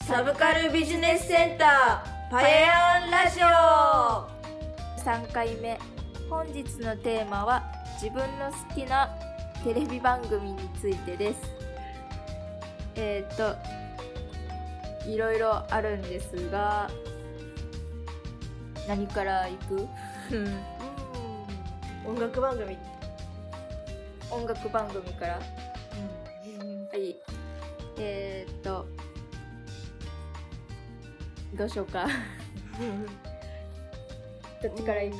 サブカルビジネスセンターパヤヤンラジオ 3回目。本日のテーマは自分の好きなテレビ番組についてです。いろいろあるんですが、何からいく？ 音楽番組。 音楽番組から。はい。どうしようか。どっちからいく？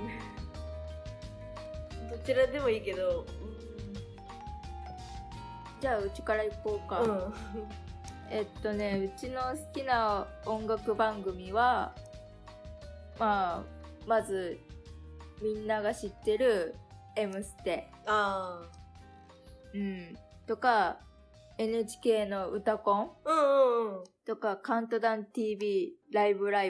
どちらでもいいけど、 じゃあうちからいこうか。うちの好きな音楽番組は、まずみんなが知ってる M ステとか NHK の歌コンとかカウントダウン TV ライブ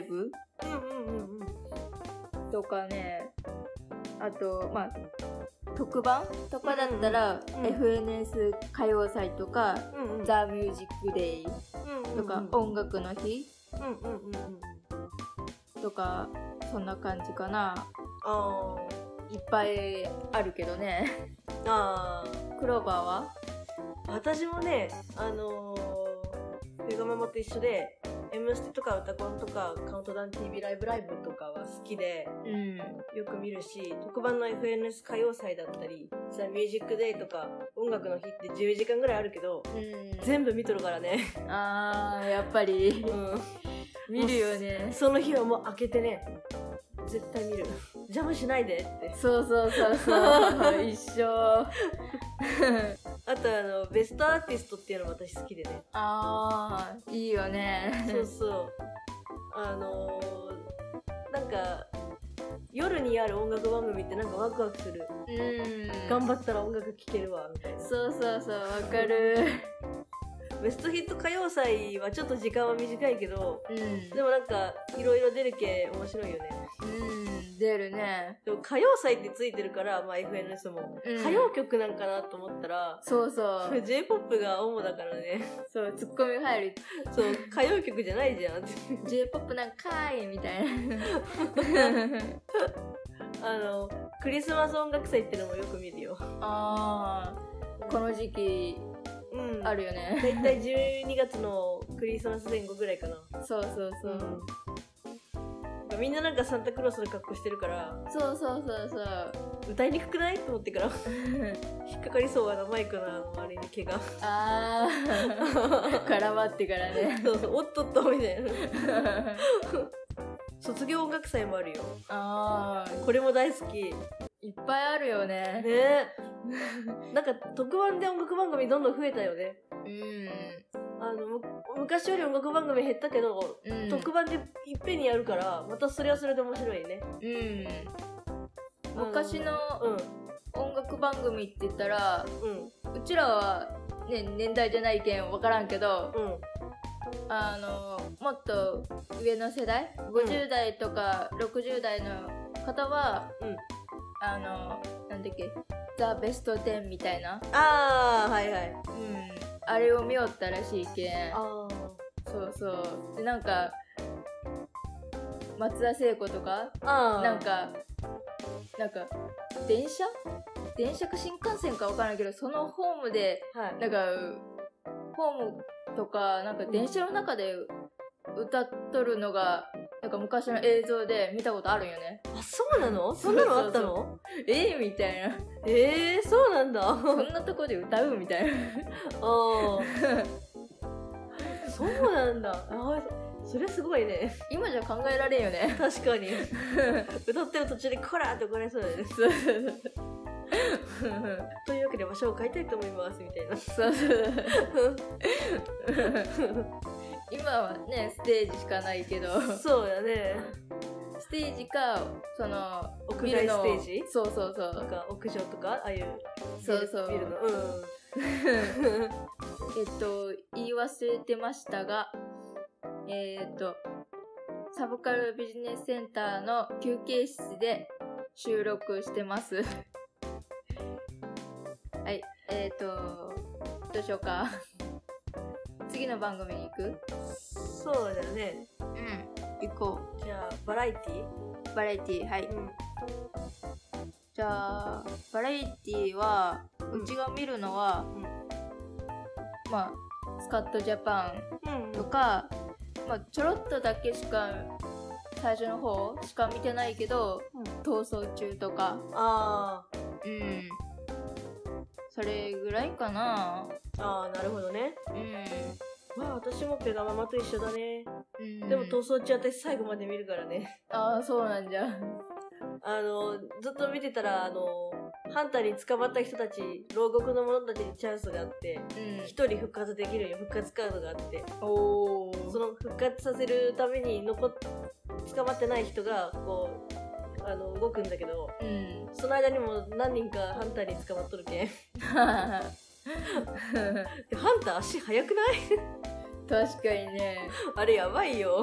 とかね、あと特番とかだったら、FNS 歌謡祭とか、ザ・ミュージックデイとか、音楽の日とか、そんな感じかな。いっぱいあるけどね。クローバーは？ 私もね、メガママと一緒で M ステとか歌コンとかカウントダウン TV ライブとかは好きで、よく見るし、特番の FNS 歌謡祭だったりザ・ミュージックデイとか音楽の日って10時間ぐらいあるけど、全部見とるからね。 やっぱり、見るよね。 その日はもう開けてね、絶対見る。邪魔しないでって。 そう一緒。 あとベストアーティストっていうのも私好きでね。 いいよね。 そうなんか夜にやる音楽番組ってなんかワクワクする。頑張ったら音楽聴けるわみたいな。 そうわかる。 ベストヒット歌謡祭はちょっと時間は短いけど、でもなんかいろいろ出る系面白いよね。 出るね。 でも歌謡祭ってついてるから、FNS も、歌謡曲なんかなと思ったら、J-POP が主だからね。 ツッコミ入る。 歌謡曲じゃないじゃん。 J-POP なんかーいみたいな。クリスマス音楽祭ってのもよく見るよ。 この時期あるよね。 だいたい12月のクリスマス前後ぐらいかな。 そうみんななんかサンタクロースの格好してるから、歌いにくくないと思ってから引っかかりそうなマイクの周りに毛が絡まってからね。 おっとっとみたいな。卒業音楽祭もあるよ。これも大好き。 いっぱいあるよね。 なんか特番で音楽番組どんどん増えたよね。昔より音楽番組減ったけど、特番でいっぺんにやるからまたそれはそれで面白いね。 昔の音楽番組って言ったら、うちらはね年代じゃないけん分からんけど、もっと上の世代、50代とか60代の方は、なんだっけ、ザ・ベスト10みたいな。あれを見よったらしいけん。でなんか松田聖子とかなんか電車か新幹線か分からんけど、そのホームで、なんかホームとかなんか電車の中で歌っとるのがなんか昔の映像で見たことあるんよね。 そうなの？そんなのあったの？ みたいな。 そうなんだ。 そんなとこで歌うみたいな。 そうなんだ。それすごいね。 今じゃ考えられんよね。 確かに。歌ってる途中でコラーって怒られそうだよね。というわけで場所を変えたいと思いますみたいな。 今はねステージしかないけど。 そうだね。 ステージかその屋外ステージ？ そうか屋上とかああいうビルの。 言い忘れてましたが、サブカルビジネスセンターの休憩室で収録してます。はい、どうしようか。次の番組に行く？ そうだよね。 うん、行こう。じゃあバラエティはい、じゃあバラエティは、うちが見るのは、まあスカットジャパンとか、まあちょろっとだけしか最初の方しか見てないけど、逃走中とか、それぐらいかな。 なるほどね。まあ私もペガママと一緒だね。でも逃走中私最後まで見るからね。 そうなんじゃ。 ずっと見てたらハンターに捕まった人たち、牢獄の者たちにチャンスがあって、一人復活できるよ、復活カードがあって、その復活させるために捕まってない人がこう動くんだけど、その間にも何人かハンターに捕まっとるけん。ハンター足速くない？ 確かにね。 あれやばいよ。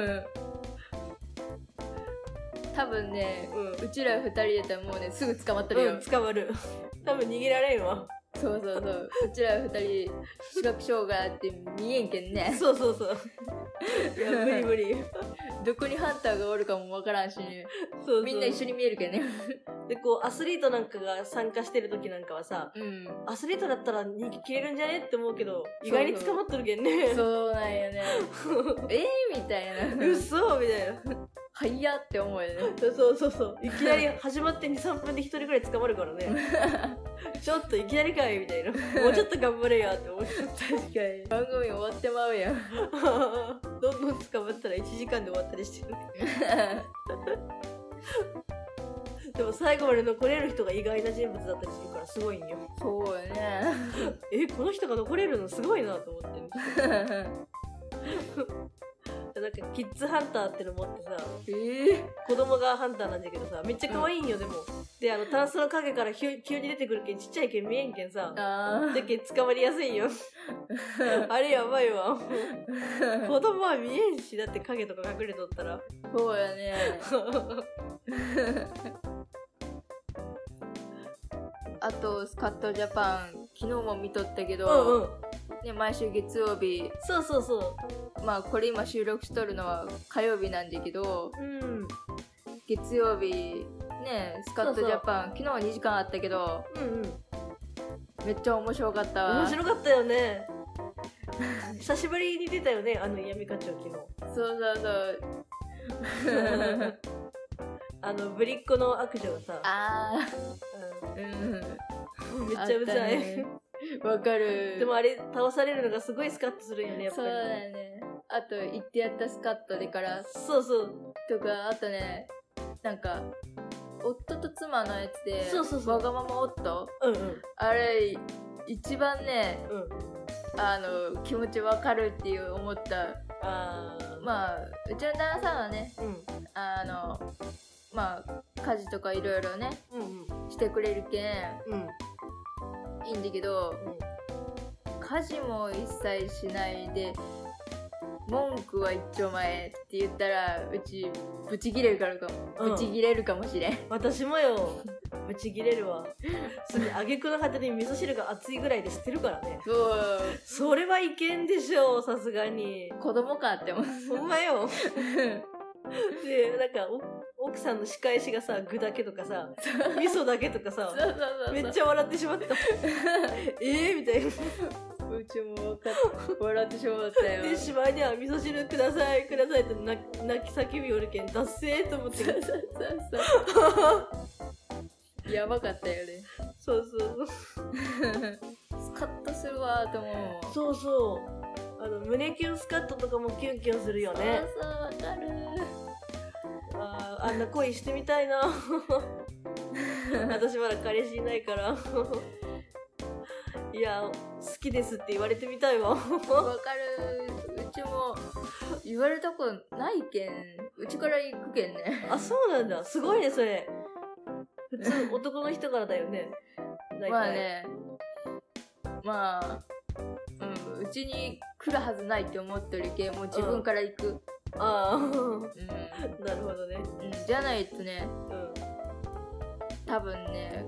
多分ね、うちら二人だったらもうねすぐ捕まってるよ。 捕まる。多分逃げられんわ。 そう。うちら二人視覚障害あって見えんけんね。 そう。いや無理。 どこにハンターがおるかもわからんしね。みんな一緒に見えるけんね。 でこうアスリートなんかが参加してる時なんかはさ、アスリートだったら逃げ切れるんじゃねって思うけど、意外に捕まっとるけんね。 そうなんよね。みたいな。 嘘みたいな。 早って思うよね。 そういきなり始まって 2,3 分で1人ぐらい捕まるからね。ちょっといきなりかいみたいな。もうちょっと頑張れやって思う。確かに番組終わってまうやん。 どんどん捕まったら1時間で終わったりしてる。でも最後まで残れる人が意外な人物だったりするからすごいんよ。 そうよね。 この人が残れるのすごいなと思ってる。なんかキッズハンターっての持ってさ、子供がハンターなんだけどさ、めっちゃ可愛いんよ。でもでタンスの影から急に出てくるけん、ちっちゃいけん見えんけんさ、だけん捕まりやすいんよ。あれやばいわ。子供は見えんし、だって影とか隠れとったら。 そうやね。あとスカットジャパン昨日も見とったけど、ね、毎週月曜日。 そうまあこれ今収録しとるのは火曜日なんだけど、月曜日ね、スカットジャパン昨日は2時間あったけど、めっちゃ面白かったわ。 面白かったよね。久しぶりに出たよね、闇課長昨日。 そうぶりっ子の悪女がさ、めっちゃうざい。 わかる。 でもあれ倒されるのがすごいスカッとするよね、やっぱり。 そうだね。あと言ってやったスカットでから。 そうとか、あとね、なんか夫と妻のやつで、 わがまま夫、あれ一番ね、気持ちわかるっていう思った。まあうちの旦那さんはね、まあ家事とかいろいろね、してくれるけん、いいんだけど、家事も一切しないで文句は一丁前って言ったら、うちブチギレるかもしれん。 私もよ、ブチギレるわ。それ挙句の果てに味噌汁が熱いぐらいで捨てるからね。それはいけんでしょう、さすがに。 子供かって思う。 ほんまよ。でなんか奥さんの仕返しがさ、具だけとかさ、味噌だけとかさ、めっちゃ笑ってしまった。みたいな。 うちも笑ってしまったよ。 でしまいには味噌汁くださいって泣き叫びおるけん、ダッセーと思って。 やばかったよね。 そうスカッとするわーと思う。そう胸キュンスカットとかもキュンキュンするよね。 わかる。 あんな恋してみたいな。私まだ彼氏いないから。いや、好きですって言われてみたいわ。 わかる。うちも言われたことないけん、うちから行くけんね。 そうなんだ。すごいね、それ。普通男の人からだよね。 まあね、うちに来るはずないって思ってるけん、もう自分から行く。 なるほどね。 じゃないとね、多分ね、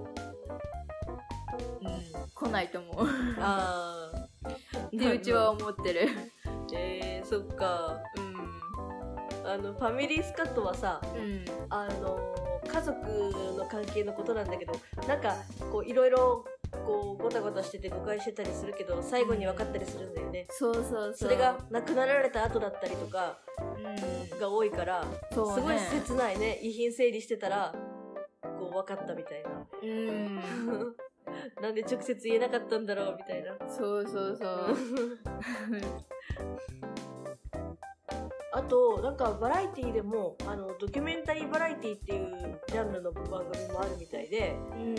来ないと思う。ってうちは思ってる。 そっか。ファミリースカットはさ、家族の関係のことなんだけど、なんかこういろいろこうゴタゴタしてて誤解してたりするけど、最後に分かったりするんだよね。 そうそうそう。 それが亡くなられた後だったりとかが多いから、すごい切ないね。遺品整理してたらこう分かったみたいな。なんで直接言えなかったんだろうみたいな。 そうそうそうあとなんかバラエティでもドキュメンタリーバラエティっていうジャンルの番組もあるみたいで、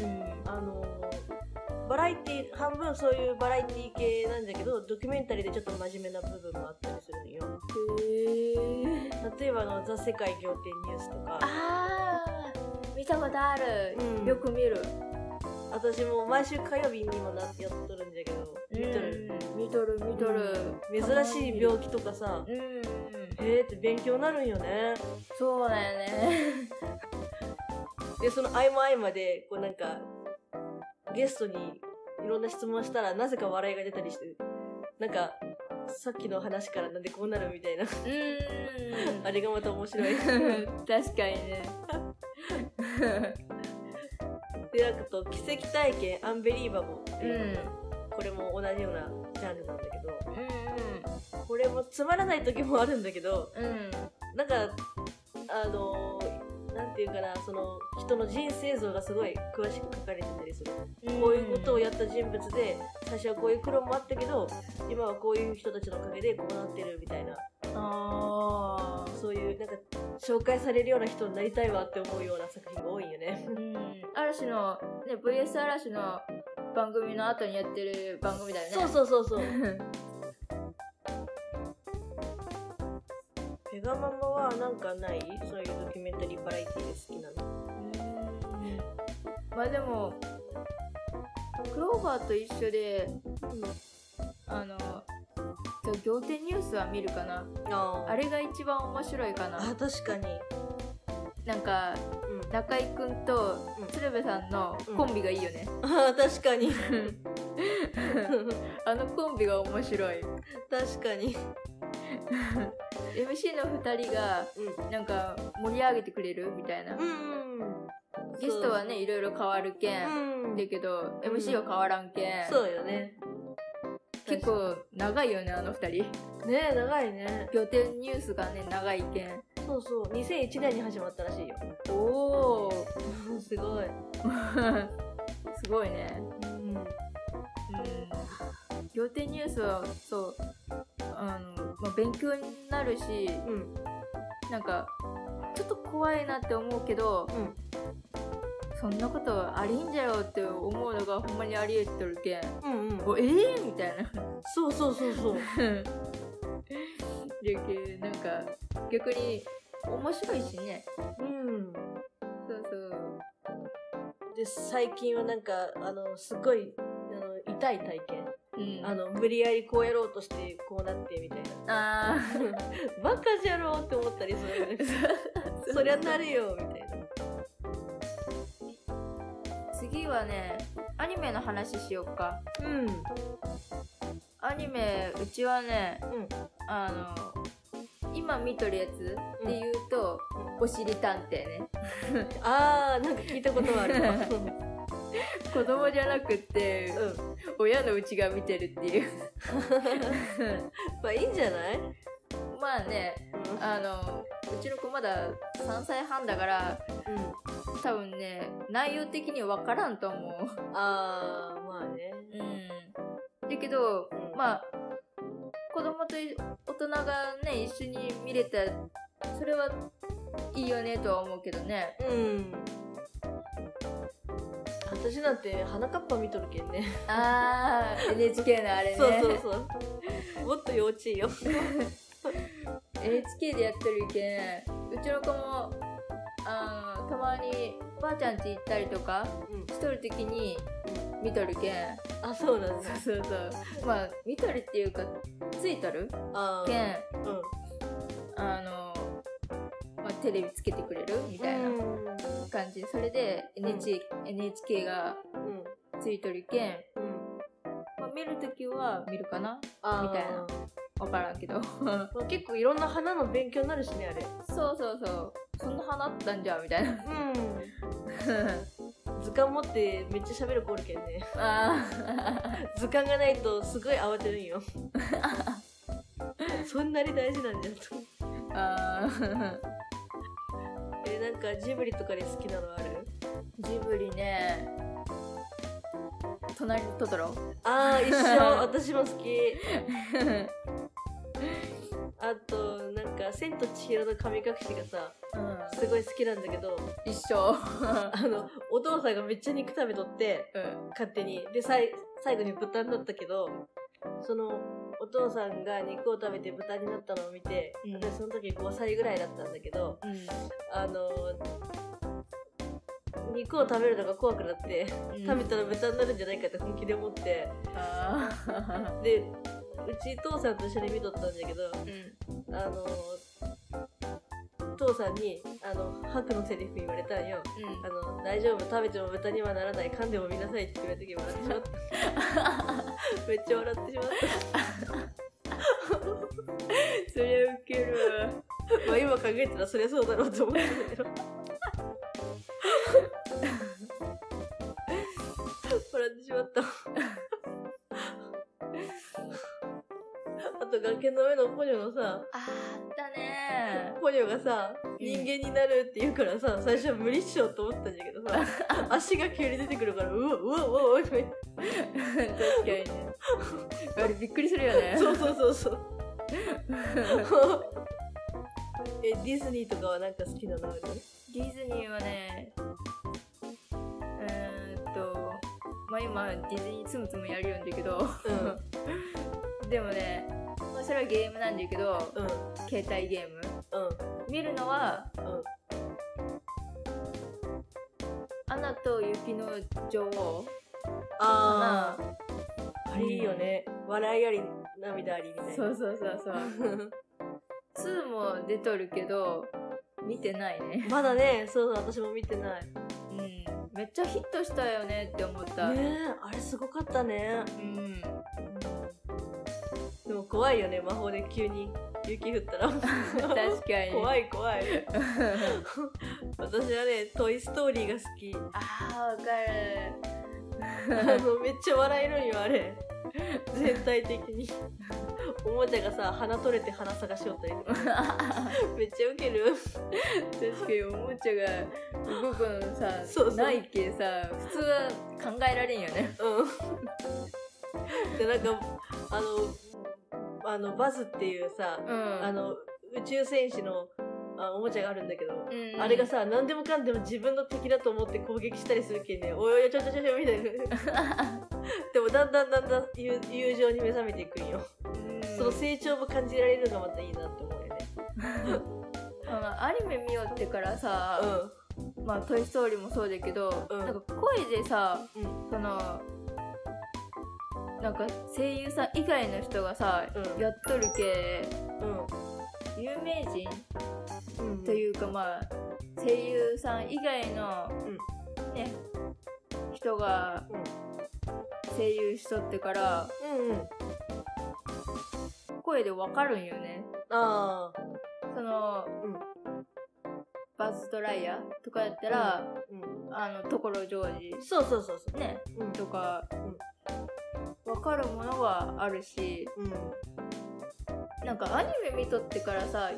バラエティ半分そういうバラエティ系なんだけど、ドキュメンタリーでちょっと真面目な部分もあったりするんよ。例えばザ・世界仰天ニュースとか。 見たことある、よく見る。 私も毎週火曜日にもやっとるんだけど、 見とる、 珍しい病気とかさ、って勉強になるんよね。 そうだよねでその合間合間でこうなんかゲストにいろんな質問したらなぜか笑いが出たりして、なんかさっきの話からなんでこうなるみたいなあれがまた面白い確かにねでなんかと奇跡体験アンベリーバボーっていう、これも同じようなジャンルなんだけど、これもつまらない時もあるんだけど、なんかなんていうかな、その人の人生像がすごい詳しく書かれてたりする。こういうことをやった人物で最初はこういう苦労もあったけど今はこういう人たちのおかげでこうなってるみたいな、そういうなんか紹介されるような人になりたいわって思うような作品が多いよね。 嵐のね VS 嵐の番組の後にやってる番組だよね。 そうペガママはなんかない？そういうドキュメンタリーバラエティで好きなの？ まあでもクローバーと一緒で、仰天ニュースは見るかな。あれが一番面白いかな。 確かに。 なんか、中居くんと鶴瓶さんのコンビがいいよね。 確かにあのコンビが面白い。 確かに MC の2人がなんか盛り上げてくれるみたいな。ゲストはねいろいろ変わるけん、だけど MC は変わらんけん。 そうよね。 結構長いよねあの2人ね。長いね。 仰天ニュースがね長いけん。 そう2001年に始まったらしいよ。 おおすごいすごいね。仰天ニュースはそう勉強になるし、なんかちょっと怖いなって思うけど、そんなことありんじゃよって思うのがほんまにありえてるけん、みたいなそうでなんか逆に面白いしね。そうで最近はなんかすごい痛い体験、無理やりこうやろうとしてこうなってみたいなバカじゃろうって思ったりするそりゃなるよみたいな。 次はねアニメの話しようか。アニメうちはね、今見とるやつで言うと、おしりたんていねなんか聞いたことはある子供じゃなくて、親のうちが見てるっていうまあいいんじゃない？ まあね、うちの子まだ3歳半だから、多分ね内容的には分からんと思う。 まあね。 だけど、まあ子供と大人がね一緒に見れたらそれはいいよねとは思うけどね。 私なんて花かっぱ見とるけんね。 NHK のあれね。 そうもっと幼稚よ NHK でやってるけん、うちの子もたまにばあちゃん家行ったりとかしとるときに見とるけん。 そうなんだ。 そうまあ見とるっていうかついとるけん、テレビつけてくれるみたいな感じ。それで NHK がついとるけん、見るときは見るかなみたいなわからんけどまあ、結構いろんな花の勉強になるしねあれ。 そうそうそう、そんな花あったんじゃみたいな。 図鑑持ってめっちゃ喋る子おるけんね。 あ図鑑がないとすごい慌てるんよ。そんなに大事なんじゃんと。 あなんかジブリとかで好きなのある？ ジブリね、隣のトトロ。 あー一緒私も好き。あとなんか千と千尋の神隠しがさ、すごい好きなんだけど、 一緒お父さんがめっちゃ肉食べとって、勝手にで最後に豚になったけど、そのお父さんが肉を食べて豚になったのを見て、私その時5歳ぐらいだったんだけど、肉を食べるのが怖くなって、食べたら豚になるんじゃないかって本気で思って、でうち父さんと一緒に見とったんだけど、父さんに白のセリフ言われたんよ、大丈夫、食べても豚にはならない、噛んでも見なさいって言われた時笑ってしまっためっちゃ笑ってしまったそりゃウケるまあ今考えたらそりゃそうだろうと思ったんだけど笑ってしまったあと崖の上のポニョのさ、 あったねポニョがさ、人間になるって言うからさ、最初は無理っしょと思ったんだけどさ足が急に出てくるから、うわうわうわうわ確かにねあれびっくりするよねそうディズニーとかはなんか好きなのある？ ディズニーはね、まあ今ディズニーつむつむやるよんだけど、でもね、まあ、それはゲームなんだけど、携帯ゲーム、見るのは、アナと雪の女王あれいいよね、笑いあり涙ありみたいな。 そう2も出とるけど見てないねまだね。そう私も見てない。 めっちゃヒットしたよねって思ったね。あれすごかったね。でも怖いよね、魔法で急に雪降ったら確かに怖い私はね、トイストーリーが好き。 わかるめっちゃ笑えるんよあれ全体的におもちゃがさ、鼻取れて鼻探しよったりとかめっちゃウケる確かにおもちゃが動くのさないけさ、普通は考えられんよね。 でなんかバズっていうさ、宇宙戦士のおもちゃがあるんだけど、あれがさ、何でもかんでも自分の敵だと思って攻撃したりするけんね、おいおいちょみたいなでもだんだん友情に目覚めていくんよ。その成長も感じられるのがまたいいなって思うよねアニメ見よってからさ、まあトイストーリーもそうだけど、なんか声でさ、そのなんか声優さん以外の人がさ、やっとるけ、有名人、というかまあ声優さん以外の、ね人が声優しとってから、声でわかるんよね。その、バズ・ドライヤーとかやったら、所ジョージそうね、とか、わかるものはあるし、なんかアニメ見とってからさ、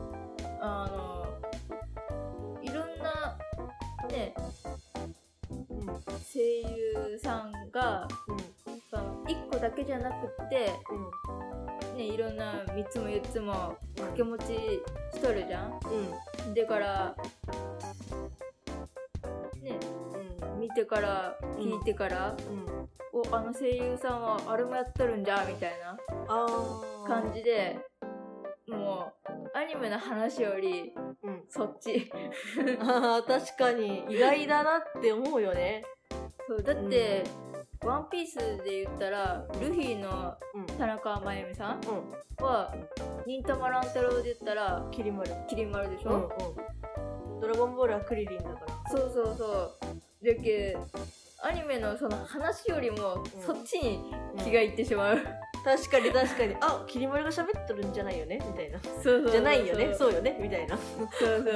いろんなね、声優さんが、1個だけじゃなくって、いろんな3つも4つも掛け持ちしとるじゃん。だからね、見てから聞いてから、あの声優さんはあれもやっとるんじゃみたいな感じで、もうアニメの話より、そっち確かに意外だなって思うよね。 そうだって、ワンピースで言ったらルフィの田中真由美さんは、忍たま乱太郎で言ったらキリマルでしょ。 ドラゴンボールはクリリンだから。 そうだけアニメのその話よりも、そっちに気がいってしまう確かに確かに、あ、きり丸が喋ってるんじゃないよねみたいな。 そうじゃないよね、そうよねみたいな。 そう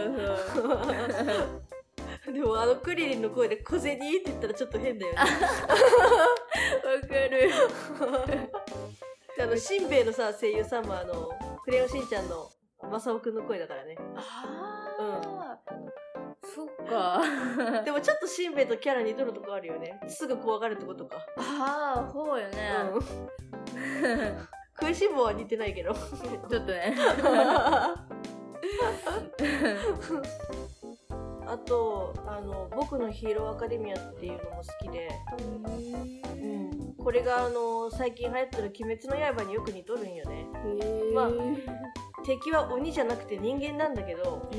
でもクリリンの声で小銭って言ったらちょっと変だよね。 わかる。 しんべヱのさ声優さんもクレヨンしんちゃんのマサオくんの声だからね。 そっか。 でもちょっとしんべヱとキャラ似とるとこあるよね。すぐ怖がるとことか。 ほうよね。 食いしん坊は似てないけど。 ちょっとね。 あと僕のヒーローアカデミアっていうのも好きで、これが最近流行ってる鬼滅の刃によく似とるんよね。まあ敵は鬼じゃなくて人間なんだけど、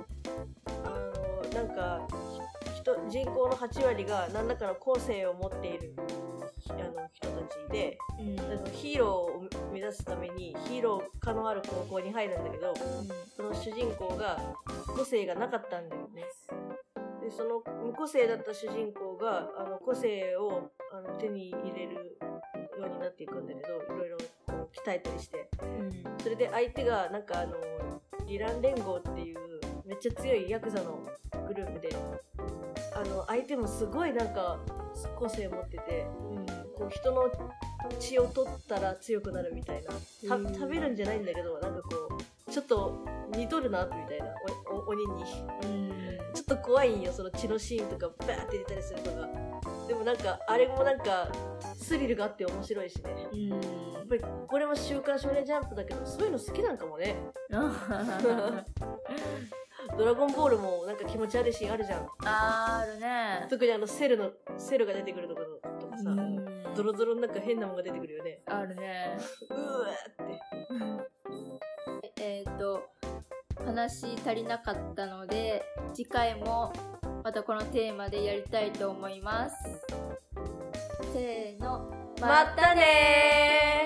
なんか人口の8割が何らかの個性を持っている人たちで、ヒーローを目指すためにヒーロー科のある高校に入るんだけど、その主人公が個性がなかったんだよね。でその無個性だった主人公が個性を手に入れるようになっていくんだけど、いろいろ鍛えたりして、それで相手がなんかリラン連合っていうめっちゃ強いヤクザのグループで、相手もすごいなんか個性を持ってて、こう人の血を取ったら強くなるみたいな、食べるんじゃないんだけど、なんかこうちょっと似とるなみたいな鬼に、ちょっと怖いんよ、その血のシーンとかバーって出たりするのが。でもなんかあれもなんかスリルがあって面白いしね。やっぱりこれも週刊少年ジャンプだけど、そういうの好きなんかもね。ドラゴンボールもなんか気持ち悪いシーンあるじゃん。 あるね。 特にセルが出てくるところとかさ、ドロドロのなんか変なもんが出てくるよね。 あるね。 うわーって。 話足りなかったので、次回もまたこのテーマでやりたいと思います。せーの、 またねー。